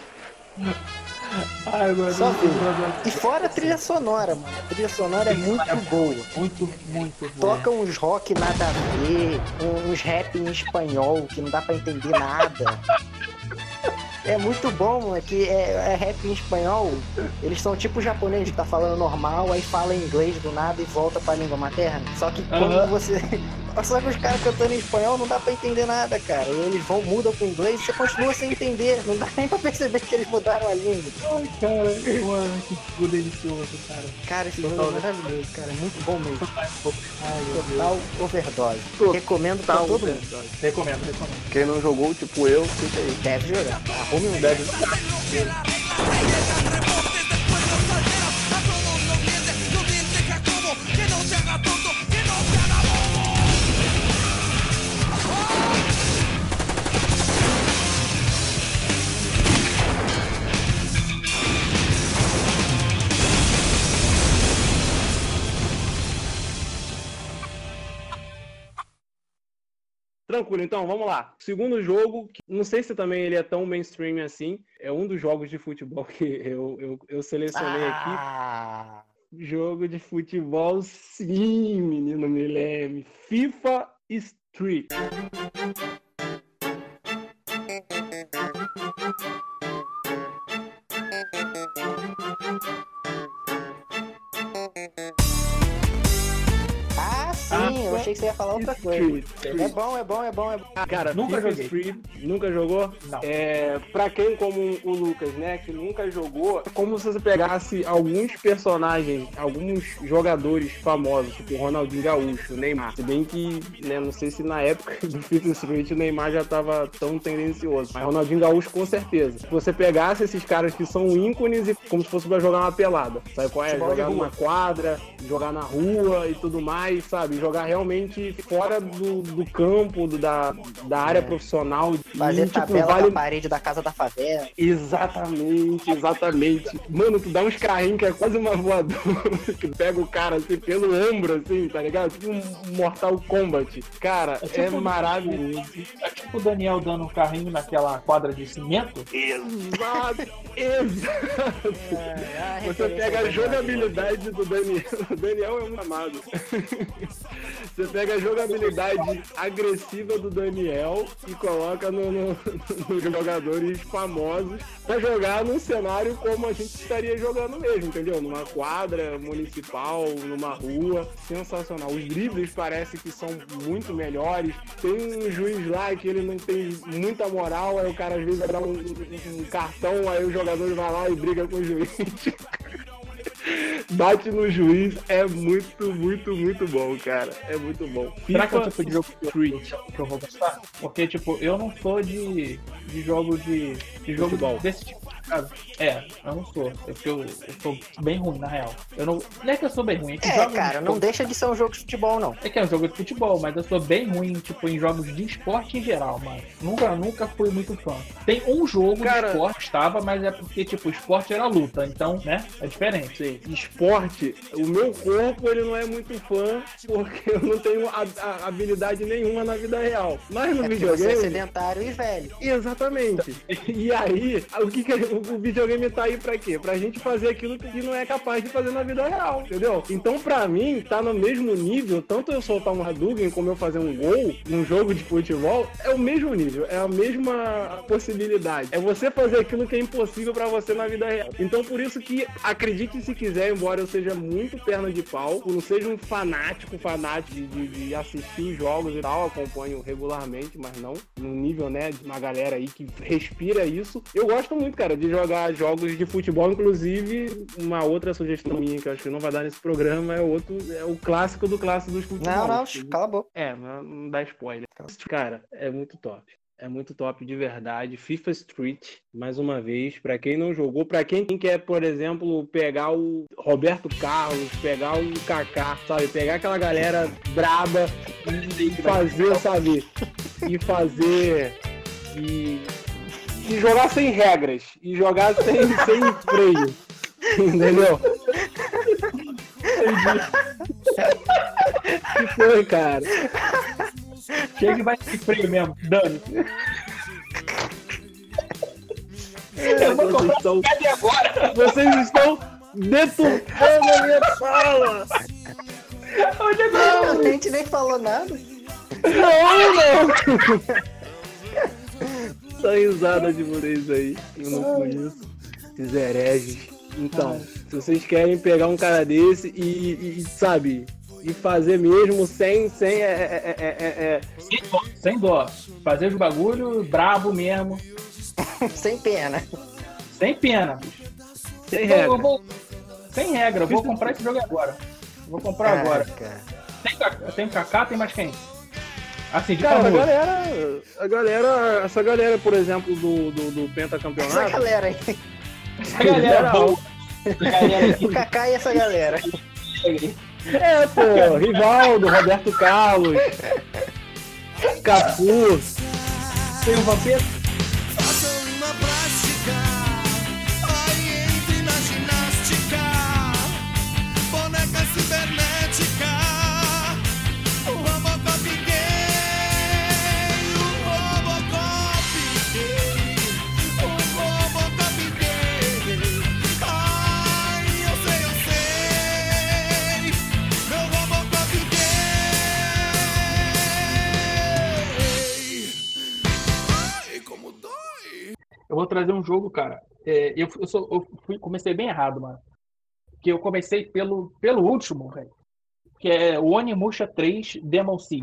Ai, mano. Só ver. E fora a trilha sonora, mano. A trilha sonora é muito boa. Muito, muito boa. Toca uns rock nada a ver, uns rap em espanhol que não dá pra entender nada. É muito bom, mano, que é rap em espanhol. Eles são tipo japonês que tá falando normal, aí fala em inglês do nada e volta pra língua materna. Só que quando Só que os caras cantando em espanhol não dá pra entender nada, cara. Eles mudam pro inglês e você continua sem entender. Não dá nem pra perceber que eles mudaram a língua. Ai, cara, mano, que jogo delicioso, cara. Cara, esse jogo é maravilhoso, cara. Muito bom mesmo. Ai, meu Deus. Total overdose. Recomendo pra todo mundo. Recomendo. Quem não jogou, tipo eu, fica aí. Deve jogar. Arrume um deve. Tranquilo, então, vamos lá. Segundo jogo, que não sei se também ele é tão mainstream assim, é um dos jogos de futebol que eu selecionei aqui. Jogo de futebol, sim, menino Milene. FIFA Street. Sim, eu achei que você ia falar outra coisa. É bom. Cara, Nunca FIFA joguei. Street, nunca jogou? Não. Pra quem como o Lucas, né, que nunca jogou, é como se você pegasse alguns personagens, alguns jogadores famosos, tipo Ronaldinho Gaúcho, Neymar. Se bem que, né, não sei se na época do FIFA Street o Neymar já tava tão tendencioso, mas Ronaldinho Gaúcho com certeza. Se você pegasse esses caras que são ícones e como se fosse pra jogar uma pelada, sabe qual é? Futebol de Jogar rua. numa quadra, jogar na rua e tudo mais, sabe? Jogar realmente fora do campo, da área profissional. Fazer E, tipo, tabela na parede da casa da favela. Exatamente. Mano, tu dá uns carrinhos que é quase uma voadora, que pega o cara assim pelo ombro, assim, tá ligado? Tipo um Mortal Kombat. Cara, é maravilhoso. É tipo o Daniel dando um carrinho naquela quadra de cimento. Exato. Você pega a jogabilidade do Daniel. O Daniel é um amado. Você pega a jogabilidade agressiva do Daniel e coloca nos jogadores famosos pra jogar num cenário como a gente estaria jogando mesmo, entendeu? Numa quadra municipal, numa rua. Sensacional. Os dribles parece que são muito melhores. Tem um juiz lá que ele não tem muita moral, aí o cara às vezes dá um cartão, aí o jogador vai lá e briga com o juiz. Bate no juiz, é muito bom, cara. É muito bom. Será que é o FIFA tipo de jogo que eu vou gostar? Porque, tipo, eu não sou de jogo de jogo Futebol. desse tipo, sabe? Eu não sou. Eu sou bem ruim, na real. Eu não é que eu sou bem ruim. É que jogos Cara, de não esporte- deixa de ser um jogo de futebol, não. É que é um jogo de futebol, mas eu sou bem ruim, tipo, em jogos de esporte em geral, mano. Nunca fui muito fã. Tem um jogo Cara- de esporte, estava, mas é porque, tipo, o esporte era luta, então, né? É diferente. Sim. Esporte, o meu corpo ele não é muito fã porque eu não tenho a habilidade nenhuma na vida real. Mas no É porque você é videogame, sedentário e velho. exatamente. E aí, o videogame tá aí pra quê? Pra gente fazer aquilo que não é capaz de fazer na vida real, entendeu? Então, pra mim, tá no mesmo nível, tanto eu soltar um Hadouken como eu fazer um gol num jogo de futebol, é o mesmo nível, é a mesma possibilidade. É você fazer aquilo que é impossível pra você na vida real. Então, por isso que, acredite se quiser, embora eu seja muito perna de pau, eu não seja um fanático de assistir os jogos e tal, acompanho regularmente, mas não no nível, né, de uma galera aí que respira isso. Eu gosto muito, cara, de jogar jogos de futebol, inclusive uma outra sugestão minha que eu acho que não vai dar nesse programa é o clássico do clássico dos futebol. Não, cala a boca. Não dá spoiler. Cara, é muito top. É muito top de verdade. FIFA Street, mais uma vez, pra quem não jogou, pra quem quer, por exemplo, pegar o Roberto Carlos, pegar o Kaká, sabe? Pegar aquela galera braba e fazer, sabe? E fazer... E jogar sem regras. E jogar sem freio. Entendeu? Que foi, cara? Chega e vai se freio mesmo, dane. Vocês estão deturpando a minha fala! A gente nem falou nada. Não! Só risada de vocês aí, eu não conheço. Esses hereges. Então, se vocês querem pegar um cara desse e sabe, e fazer mesmo sem Sem dó. Fazer os bagulho brabo mesmo. Sem pena. Sem pena, bicho. sem regra. Sem regra, eu vou comprar esse jogo agora. Vou comprar agora. Cara. Tem Kaká, tem mais quem? Assim, de Cara, famoso. essa galera, por exemplo, do pentacampeonato. Essa galera aí. Essa galera boa. Essa galera aqui. O Kaká e essa galera. Pô, Rivaldo, Roberto Carlos, Cafu. Tem o Vampeta. Façam uma plástica, aí entre na ginástica, boneca cibernética, o Robocop gay, o Robocop gay, o Robocop gay. Ai, eu sei, meu Robocop gay. Ai, como dói. Eu vou trazer um jogo, cara. Comecei bem errado, mano. Que eu comecei pelo último, velho. Que é o Onimusha 3 Demon Sig.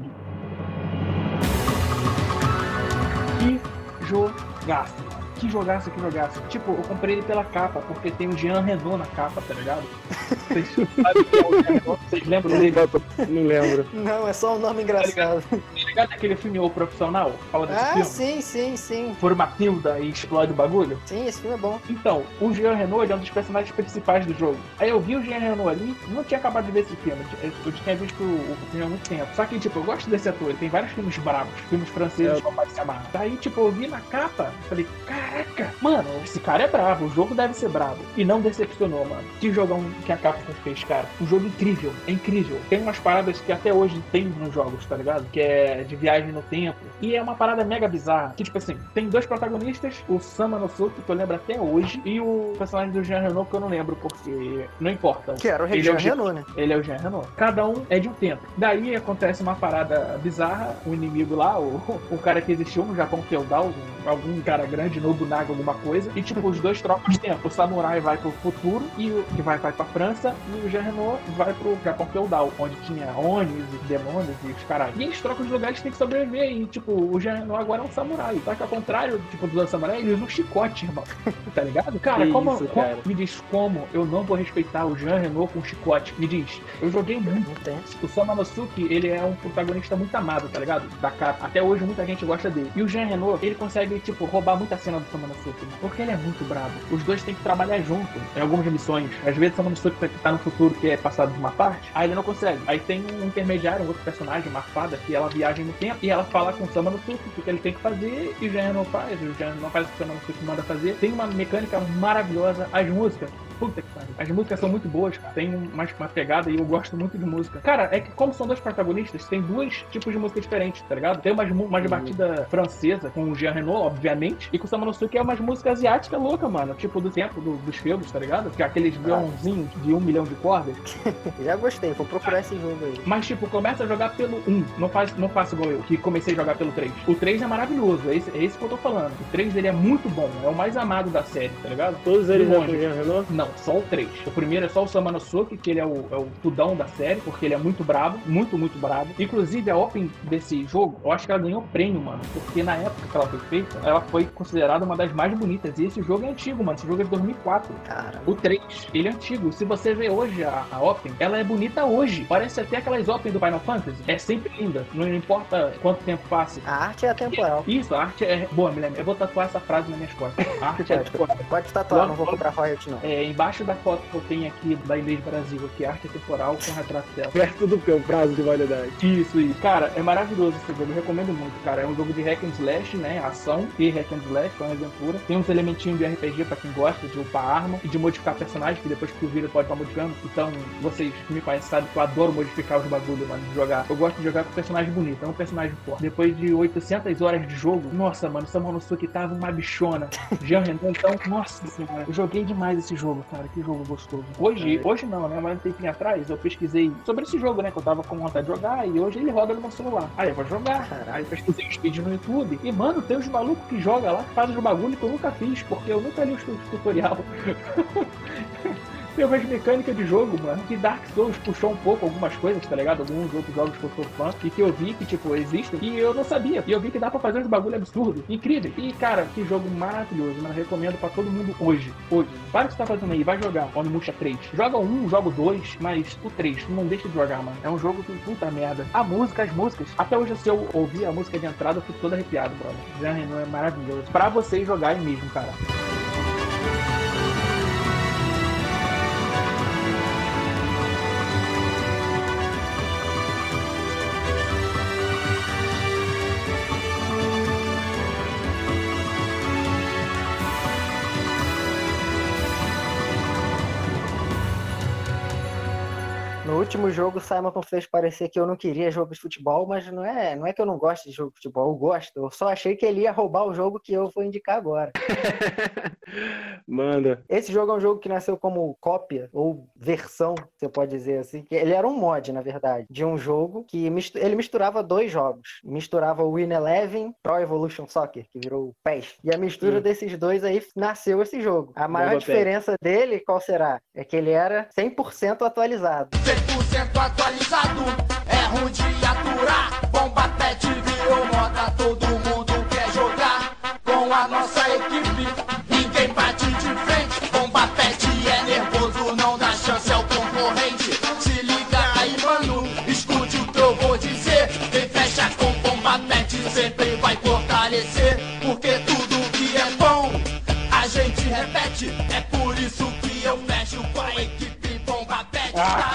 Que jogaço, mano. Que jogaço. Tipo, eu comprei ele pela capa, porque tem o Jean Reno na capa, tá ligado? Vocês sabem quem é o Jean Reno? Vocês lembram dele? Não lembro. Não, é só um nome engraçado. Tá ligado aquele filme O Profissional? Fala desse filme? Sim. For Matilda e explode o bagulho? Sim, esse filme é bom. Então, o Jean Reno ele é um dos personagens principais do jogo. Aí eu vi o Jean Reno ali, não tinha acabado de ver esse filme, eu tinha visto o filme há muito tempo. Só que, tipo, eu gosto desse ator, ele tem vários filmes bravos, filmes franceses que eu mais se amarro. Daí, tipo, eu vi na capa, falei, caraca, mano, esse cara é bravo, o jogo deve ser bravo. E não decepcionou, mano. Que jogão que a Capcom fez, cara. Um jogo incrível, é incrível. Tem umas paradas que até hoje tem nos jogos, tá ligado? Que é de viagem no tempo. E é uma parada mega bizarra. Que, tipo assim, tem dois protagonistas, o Sama no Suki, que eu lembro até hoje, e o personagem do Jean Reno, que eu não lembro, porque não importa. Que era o Ele é Jean o Jean- Reno, né? Ele é o Jean Reno. Cada um é de um tempo. Daí acontece uma parada bizarra, o inimigo lá, o cara que existiu no Japão feudal, algum cara grande, Nobunaga, alguma coisa, e tipo, os dois trocam de tempo. O samurai vai pro futuro, e o que vai pra França, e o Jean Reno vai pro Japão feudal, onde tinha Onis e demônios e os caras. E eles trocam de lugares, tem que sobreviver, e tipo, o Jean Reno agora é um samurai. Só que ao contrário, tipo, dos outros samurais, ele usa um chicote, irmão. Tá ligado? Cara, Que como, isso, como- cara? me diz como eu não vou respeitar o Jean Reno com chicote? Me diz. Eu joguei muito. Não tem. O Samanosuke, ele é um protagonista muito amado, tá ligado? Da capa. Até hoje muita gente gosta dele. E o Jean Reno, ele consegue, tipo, roubar muita cena do Samanosuke, né? Porque ele é muito brabo. Os dois têm que trabalhar junto em algumas missões. Às vezes o Samanosuke tá no futuro, que é passado de uma parte, aí ele não consegue. Aí tem um intermediário, um outro personagem, uma fada, que ela viaja no tempo e ela fala com o Samanosuke o que ele tem que fazer e o Jean Reno faz. O Jean Reno faz o que o Samanosuke manda fazer. Tem uma mecânica maravilhosa. As músicas, puta que pariu. As músicas são muito boas, cara. Tem uma pegada e eu gosto muito de música. Cara, é que como são dois protagonistas, tem dois tipos de música diferentes, tá ligado? Tem umas de batida francesa, com o Jean Reno, obviamente, e com o Samanosuke é umas músicas asiáticas loucas, mano. Tipo do tempo dos feudos, tá ligado? Que é aqueles violãozinhos de 1 milhão de cordas. Já gostei, vou procurar esse jogo aí. Mas, tipo, começa a jogar pelo 1. Não faço igual eu, que comecei a jogar pelo 3. O 3 é maravilhoso, é esse que eu tô falando. O 3, ele é muito bom, é o mais amado da série, tá ligado? Todos eles De é longe. com o Jean Reno? Não, só o 3. O primeiro é só o Samanosuke, que ele é o tudão da série, porque ele é muito brabo, muito brabo. Inclusive, a Open desse jogo, eu acho que ela ganhou prêmio, mano, porque na época que ela foi feita, ela foi considerada uma das mais bonitas. E esse jogo é antigo, mano, esse jogo é de 2004. Cara, O 3, ele é antigo. Se você vê hoje a Open, ela é bonita hoje. Parece até aquelas Open do Final Fantasy. É sempre linda, não importa quanto tempo passe. a arte é atemporal. Isso, a arte é boa, me lembro. Eu vou tatuar essa frase nas minhas costas. A arte é temporal. Pode tatuar, não vou comprar royalty não. Embaixo da foto que eu tenho aqui da Inês Brasil, aqui, arte é temporal com retrato dela. Perto do prazo de validade. Isso. Cara, é maravilhoso esse jogo, eu recomendo muito, cara. É um jogo de hack and slash, né? Ação e hack and slash, é uma aventura. Tem uns elementinhos de RPG pra quem gosta, de upar arma e de modificar personagem, que depois que tu vira pode estar modificando. Então, vocês que me conhecem sabem que eu adoro modificar os bagulhos, mano, de jogar. Eu gosto de jogar com personagem bonito, é um personagem forte. Depois de 800 horas de jogo, nossa, mano, Samanosuke tava uma bichona. Jean Reno, então, nossa senhora, eu joguei demais esse jogo, cara, que jogo gostoso. Hoje não, né, mas um tempinho atrás eu pesquisei sobre esse jogo, né, que eu tava com vontade de jogar e hoje ele roda no meu celular. Aí eu vou jogar, aí eu pesquisei os vídeos no YouTube e, mano, tem uns malucos que jogam lá, que fazem os bagulho que eu nunca fiz, porque eu nunca li os tutorial. Eu vejo mecânica de jogo, mano, que Dark Souls puxou um pouco algumas coisas, tá ligado? Alguns outros jogos que eu sou fã e que eu vi que, tipo, existem e eu não sabia. E eu vi que dá pra fazer uns bagulho absurdo, incrível. E, cara, que jogo maravilhoso, mano. Recomendo pra todo mundo hoje. Para o que você tá fazendo aí, vai jogar Onimusha 3. Joga o 1, joga o 2, mas o 3, não deixa de jogar, mano. É um jogo que, puta merda. As músicas. Até hoje, se eu ouvir a música de entrada, eu fico todo arrepiado, brother. Já é maravilhoso. Pra vocês jogarem mesmo, cara. No último jogo, o Simon fez parecer que eu não queria jogo de futebol, mas não é que eu não gosto de jogo de futebol, eu gosto. Eu só achei que ele ia roubar o jogo que eu vou indicar agora. Manda. Esse jogo é um jogo que nasceu como cópia, ou versão, você pode dizer assim. Ele era um mod, na verdade, de um jogo que ele misturava dois jogos. Misturava o Win Eleven, Pro Evolution Soccer, que virou o PES. E a mistura desses dois aí nasceu esse jogo. A maior diferença dele, qual será? É que ele era 100% atualizado. 100% atualizado, é ruim de aturar. Bomba pet virou moda, todo mundo quer jogar. Com a nossa equipe, ninguém bate de frente. Bomba pet é nervoso, não dá chance ao concorrente. Se liga aí, mano, escute o que eu vou dizer. Quem fecha com bomba pet sempre vai fortalecer. Porque tudo que é bom, a gente repete. É por isso que eu fecho com a equipe bomba pet.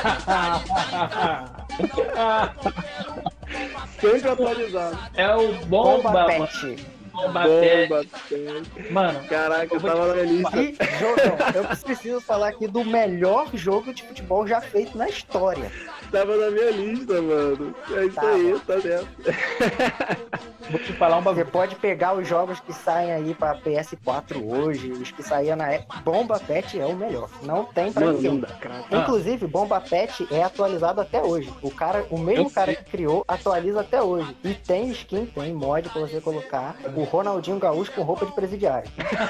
Sempre atualizado. É o Bomba Pet. Bomba Pet. Mano, Caraca, eu tava na minha lista. E jogo, eu preciso falar aqui do melhor jogo de futebol já feito na história. Tava na minha lista, mano. É isso aí, tá dentro. vou te falar um Você bagulho. pode pegar os jogos que saem aí pra PS4 hoje, os que saíam na época. Bomba Pet é o melhor. Não tem pra Mano, ninguém. não dá, cara. Inclusive, Bomba Pet é atualizado até hoje. O mesmo cara que criou, atualiza até hoje. E tem skin, tem mod pra você colocar o Ronaldinho Gaúcho com roupa de presidiário.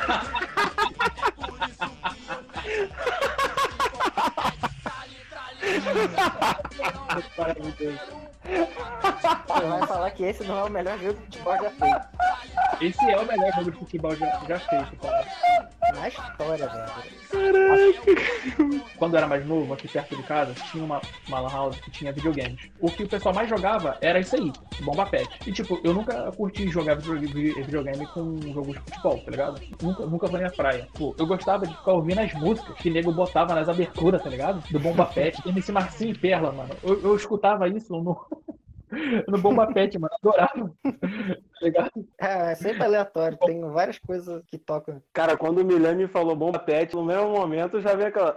Você vai falar que esse não é o melhor jogo de futebol já feito. Esse é o melhor jogo de futebol já feito, cara. Na história, velho. Quando eu era mais novo, aqui perto de casa, tinha uma lan house que tinha videogames. O que o pessoal mais jogava era isso aí, Bomba Pet. E tipo, eu nunca curti jogar videogame com um jogo de futebol, tá ligado? Nunca foi minha praia. Pô, eu gostava de ficar ouvindo as músicas que o nego botava nas aberturas, tá ligado? Do Bomba Pet, MC Marcinho e Perla, mano. Eu escutava isso no Bomba Pet, mano. Adorava. Tá ligado? É sempre aleatório. Tem várias coisas que tocam. Cara, quando o Milhão me falou Bomba Pet, no mesmo momento já veio aquela.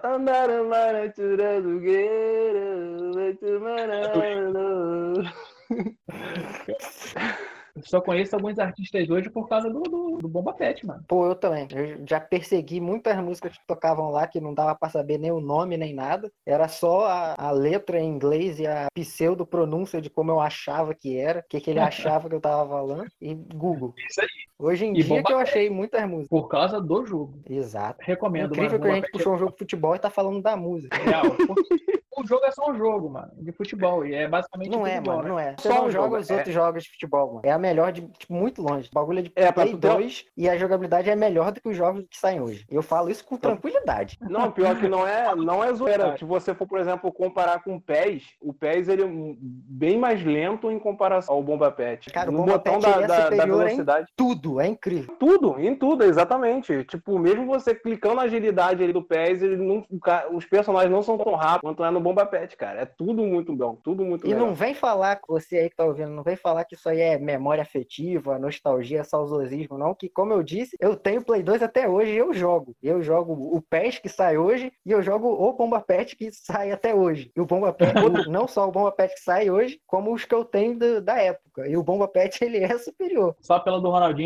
Eu só conheço alguns artistas hoje por causa do Bomba Pet, mano. Pô, eu também. Eu já persegui muitas músicas que tocavam lá que não dava pra saber nem o nome nem nada. Era só a letra em inglês e a pseudo-pronúncia de como eu achava que era, o que ele achava que eu tava falando, e Google. Isso aí. Hoje em E dia Bomba que eu achei muitas músicas. Por causa do jogo. Exato. Recomendo, Incrível mano. que a Bomba gente Pet puxou um jogo de futebol e tá falando da música. é real. O jogo é só um jogo, mano, de futebol. E é basicamente Não é, futebol, mano, né? não é. Você Só não um joga jogo, os outros jogos de futebol, mano. É a melhor de, tipo, muito longe. O bagulho é de É, pra Play tu ter- 2 e a jogabilidade é melhor do que os jogos que saem hoje. Eu falo isso com tranquilidade. Não, pior que não é zoeira. Se você for, por exemplo, comparar com o PES ele é bem mais lento em comparação ao Bomba Pet. Cara, o No Bomba botão Pet ele é da superior velocidade. Tudo, é incrível. Tudo, em tudo, exatamente. Tipo, mesmo você clicando na agilidade ali do PES, os personagens não são tão rápidos quanto é no Bomba Pet, cara. É tudo muito bom, tudo muito E legal. não vem falar, você aí que tá ouvindo, não vem falar que isso aí é memória afetiva, nostalgia, saudosismo, não. Que, como eu disse, eu tenho Play 2 até hoje e eu jogo. Eu jogo o PES que sai hoje e eu jogo o Bomba Pet que sai até hoje. E o Bomba Pet, não só o Bomba Pet que sai hoje, como os que eu tenho da época. E o Bomba Pet, ele é superior. Só pela do Ronaldinho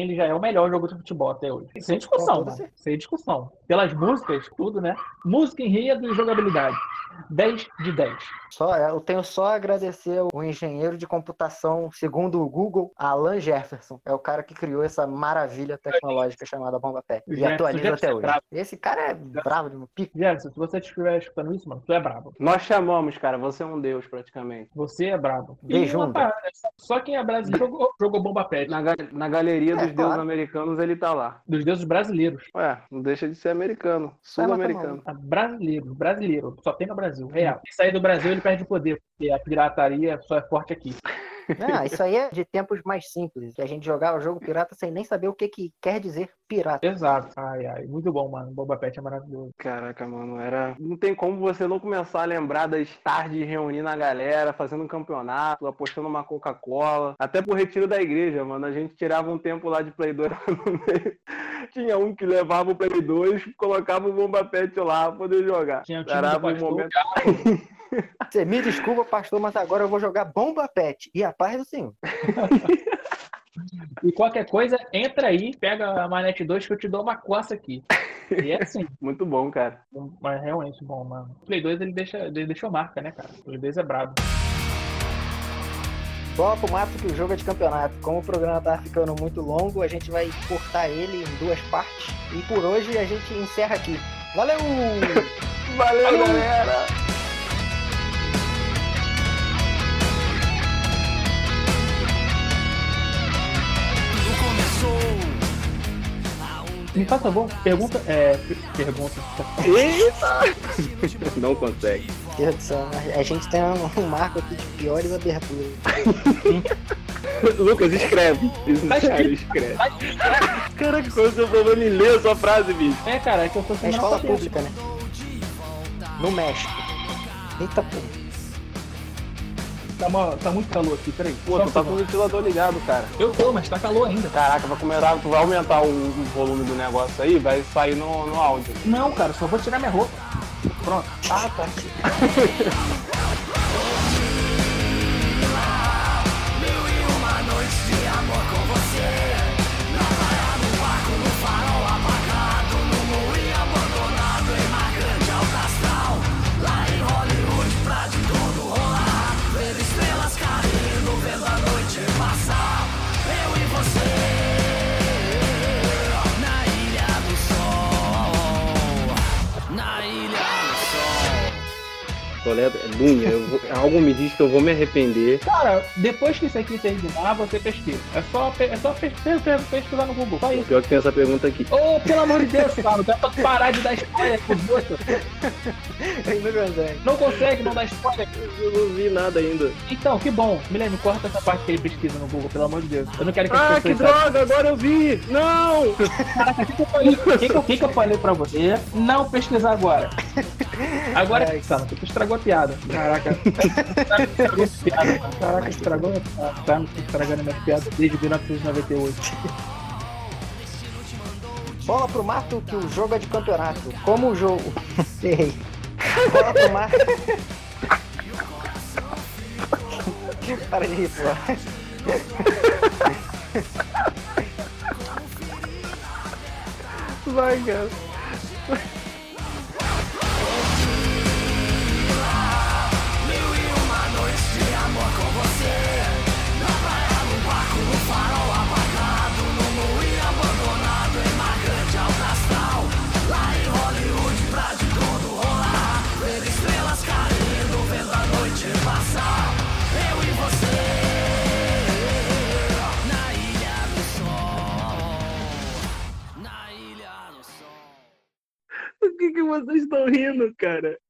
ele já é o melhor jogo de futebol até hoje. Sem discussão, mano. Sem discussão. Pelas músicas, tudo, né? Música, enredo e jogabilidade. 10 de 10. Eu tenho só a agradecer o engenheiro de computação, segundo o Google, Alan Jefferson. É o cara que criou essa maravilha tecnológica chamada Bomba Pet. E atualiza até hoje. Esse cara é bravo de um pico. Jefferson, se você estiver escutando isso, mano, tu é brabo. Nós chamamos, cara. Você é um deus, praticamente. Você é brabo. Beijunda. Só quem é brasileiro jogou Bomba Pet. Na galeria dos deuses americanos, ele tá lá. Dos deuses brasileiros. Ué, não deixa de ser americano. Sul-americano. Brasileiro. Só tem no Brasil. Real. Se sair do Brasil, ele perde o poder, porque a pirataria só é forte aqui. Isso aí é de tempos mais simples, que a gente jogava jogo pirata sem nem saber o que quer dizer pirata. Exato. Muito bom, mano. Boba Pet é maravilhoso. Caraca, mano, não tem como você não começar a lembrar das tardes reunindo a galera, fazendo um campeonato, apostando uma Coca-Cola, até pro retiro da igreja, mano, a gente tirava um tempo lá de Play 2 no meio. Tinha um que levava o Play 2, colocava o Bomba Pet lá pra poder jogar. Tinha um momento. Você me desculpa, pastor, mas agora eu vou jogar Bomba Pet. E a paz do Senhor. E qualquer coisa, entra aí, pega a Manete 2 que eu te dou uma coça aqui. E é assim. Muito bom, cara. Mas realmente bom, mano. O Play 2 ele deixou marca, né, cara? O Play 2 é brabo. Bola pro mato que o jogo é de campeonato. Como o programa tá ficando muito longo, a gente vai cortar ele em 2 partes. E por hoje a gente encerra aqui. Valeu! Valeu, galera! Me faça favor, pergunta. Eita! Não consegue. Deus do céu, a gente tem um marco aqui de piores aberturas. Lucas, escreve. Escreve. Caraca, qual é o seu problema em ler a sua frase, bicho? Cara, é que eu tô É escola pública, né? No México. Eita porra. Tá muito calor aqui, peraí. Pô, tu tá com o ventilador ligado, cara. Eu tô, mas tá calor ainda. Caraca, tu vai aumentar o volume do negócio aí, vai sair no áudio. Não, cara, só vou tirar minha roupa. Pronto. Tá. Lunha, algo me diz que eu vou me arrepender. Cara, depois que isso aqui terminar, você pesquisa. É só pesquisar no Google. Só isso. Pior que tem essa pergunta aqui. Ô, pelo amor de Deus, cara, não quero parar de dar spoiler pros outros. Não consegue não dar spoiler. Eu não vi nada ainda. Então, que bom. Milene, corta essa parte que ele pesquisa no Google, pelo amor de Deus. Eu não quero que que droga, agora eu vi! Não! Caraca, o que eu falei pra você? Não pesquisar agora. Agora, tu estragou a piada. Caraca. Caraca, estragou a piada. Tá me estragando a minha piada desde 1998. Bola pro mato que o jogo é de campeonato. Como o jogo... Errei. Bola pro mato... Para disso, ó. Vai, cara. O que vocês estão rindo, cara?